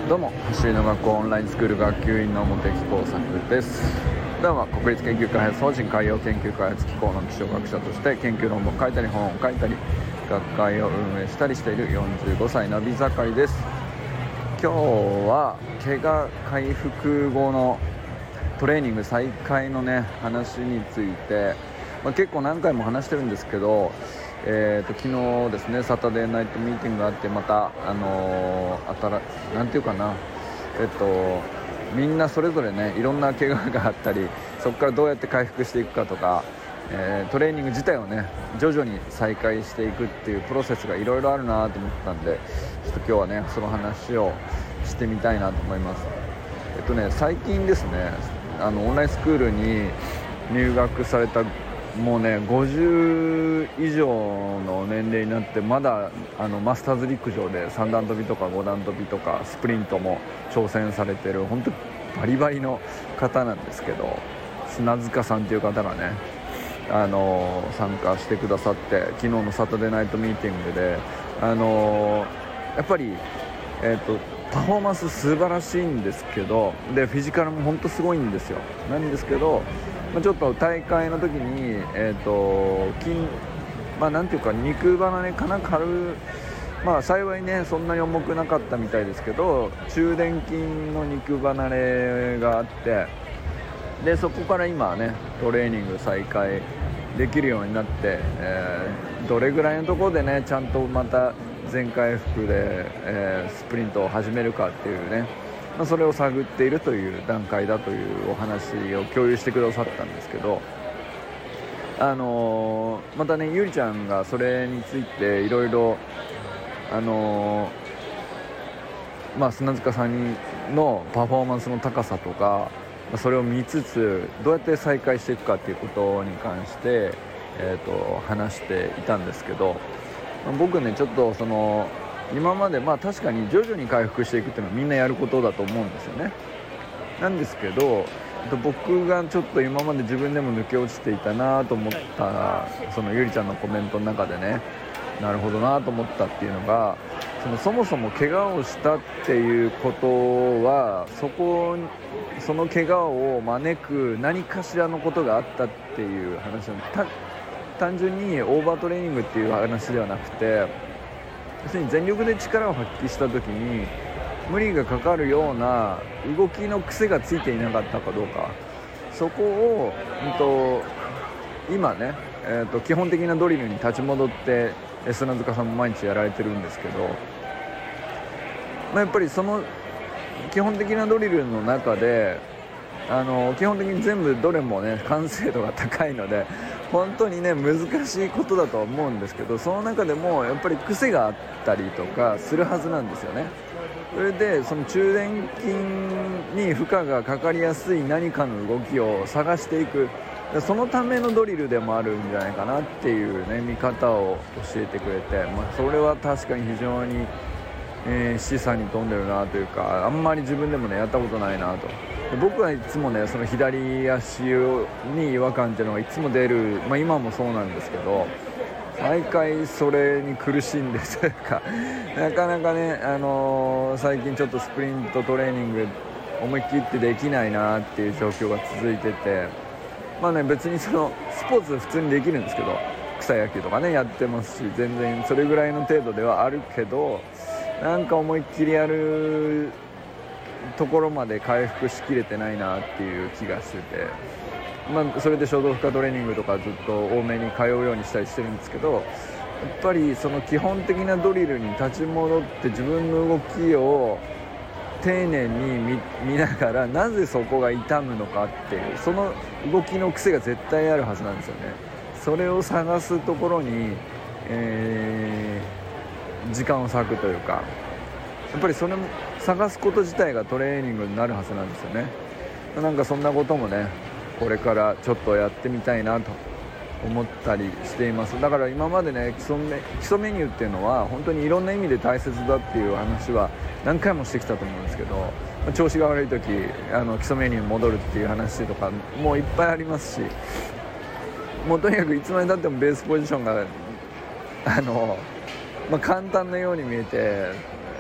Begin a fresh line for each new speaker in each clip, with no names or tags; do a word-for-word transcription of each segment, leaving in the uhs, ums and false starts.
どうも、走りの学校オンラインスクール学級委員の茂木耕作です。普段は国立研究開発法人海洋研究開発機構の気象学者として研究論文を書いたり本を書いたり学会を運営したりしているよんじゅうごさいナビ盛りです。今日は怪我回復後のトレーニング再開のね話について、まあ、結構何回も話してるんですけど、えー、と昨日ですねサタデーナイトミーティングがあって、またあのー、新なんていうかなえっとみんなそれぞれねいろんな怪我があったり、そこからどうやって回復していくかとか、えー、トレーニング自体をね徐々に再開していくっていうプロセスがいろいろあるなと思ったんで、ちょっと今日はねその話をしてみたいなと思います。えっとね最近ですねあのオンラインスクールに入学されたもうねごじゅう以上の年齢になって、まだあのマスターズ陸上でさん段跳びとかご段跳びとかスプリントも挑戦されてる本当バリバリの方なんですけど、砂塚さんという方がねあの参加してくださって、昨日のサタデーナイトミーティングであのやっぱりえっとパフォーマンス素晴らしいんですけど、でフィジカルも本当すごいんですよ。なんですけど、まあ、ちょっと大会の時に、えーと筋まあ、なんていうか肉離れかな軽まあ幸いねそんなに重くなかったみたいですけど、中殿筋の肉離れがあって、でそこから今はねトレーニング再開できるようになって、えー、どれぐらいのところでねちゃんとまた全回復で、えー、スプリントを始めるかっていうね、まあ、それを探っているという段階だというお話を共有してくださったんですけど、あのー、またねゆりちゃんがそれについていろいろあのー、まあ砂塚さんのパフォーマンスの高さとかそれを見つつどうやって再開していくかっていうことに関して、えーと、話していたんですけど、僕ねちょっとその今までまあ確かに徐々に回復していくっていうのはみんなやることだと思うんですよね。なんですけど僕がちょっと今まで自分でも抜け落ちていたなと思ったそのゆりちゃんのコメントの中でね、なるほどなと思ったっていうのが、そのそもそも怪我をしたっていうことはそこその怪我を招く何かしらのことがあったっていう話なんです。単純にオーバートレーニングっていう話ではなくて、要するに全力で力を発揮した時に無理がかかるような動きの癖がついていなかったかどうか、そこを、うんと、今ね、えーと、基本的なドリルに立ち戻って砂塚さんも毎日やられてるんですけど、まあ、やっぱりその基本的なドリルの中であの基本的に全部どれもね完成度が高いので本当にね難しいことだとは思うんですけど、その中でもやっぱり癖があったりとかするはずなんですよね。それでその中殿筋に負荷がかかりやすい何かの動きを探していく、そのためのドリルでもあるんじゃないかなっていうね見方を教えてくれて、まあ、それは確かに非常に、えー、示唆に富んでるなというか、あんまり自分でもねやったことないなと。僕はいつもねその左足に違和感っていうのがいつも出る、まあ、今もそうなんですけど、毎回それに苦しんでというかなかなかね、あのー、最近ちょっとスプリントトレーニング思い切ってできないなっていう状況が続いてて、まあね別にそのスポーツ普通にできるんですけど、草野球とかねやってますし全然それぐらいの程度ではあるけど、なんか思いっきりやるところまで回復しきれてないなっていう気がしてて、まあ、それで衝動負荷トレーニングとかずっと多めに通うようにしたりしてるんですけど、やっぱりその基本的なドリルに立ち戻って自分の動きを丁寧に 見, 見ながらなぜそこが痛むのかっていうその動きの癖が絶対あるはずなんですよね。それを探すところに、えー、時間を割くというか、やっぱりそれも探すこと自体がトレーニングになるはずなんですよね。なんかそんなこともねこれからちょっとやってみたいなと思ったりしています。だから今までね基礎メ、基礎メニューっていうのは本当にいろんな意味で大切だっていう話は何回もしてきたと思うんですけど、調子が悪い時あの基礎メニューに戻るっていう話とかもういっぱいありますし、もうとにかくいつまでたってもベースポジションがあの、まあ、簡単なように見えて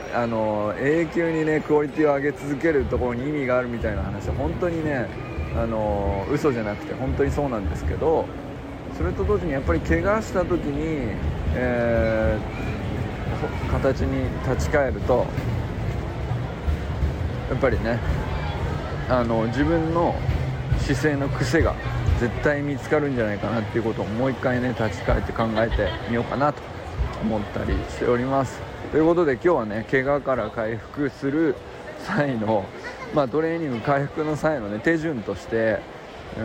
あの永久にねクオリティを上げ続けるところに意味があるみたいな話は本当にねあの嘘じゃなくて本当にそうなんですけど、それと同時にやっぱり怪我した時に、えー、形に立ち返るとやっぱりねあの自分の姿勢の癖が絶対見つかるんじゃないかなっていうことをもう一回ね立ち返って考えてみようかなと思ったりしております。ということで今日はね怪我から回復する際の、まあ、トレーニング回復の際の、ね、手順として、うん、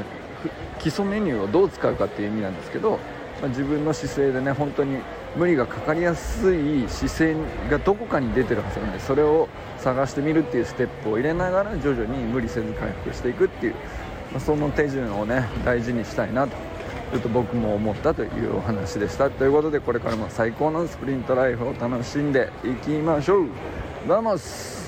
基礎メニューをどう使うかっていう意味なんですけど、まあ、自分の姿勢でね本当に無理がかかりやすい姿勢がどこかに出てるはずなんで、それを探してみるっていうステップを入れながら徐々に無理せず回復していくっていう、まあ、その手順をね大事にしたいなとちょっと僕も思ったというお話でした。ということでこれからも最高のスプリントライフを楽しんでいきましょう。バモス。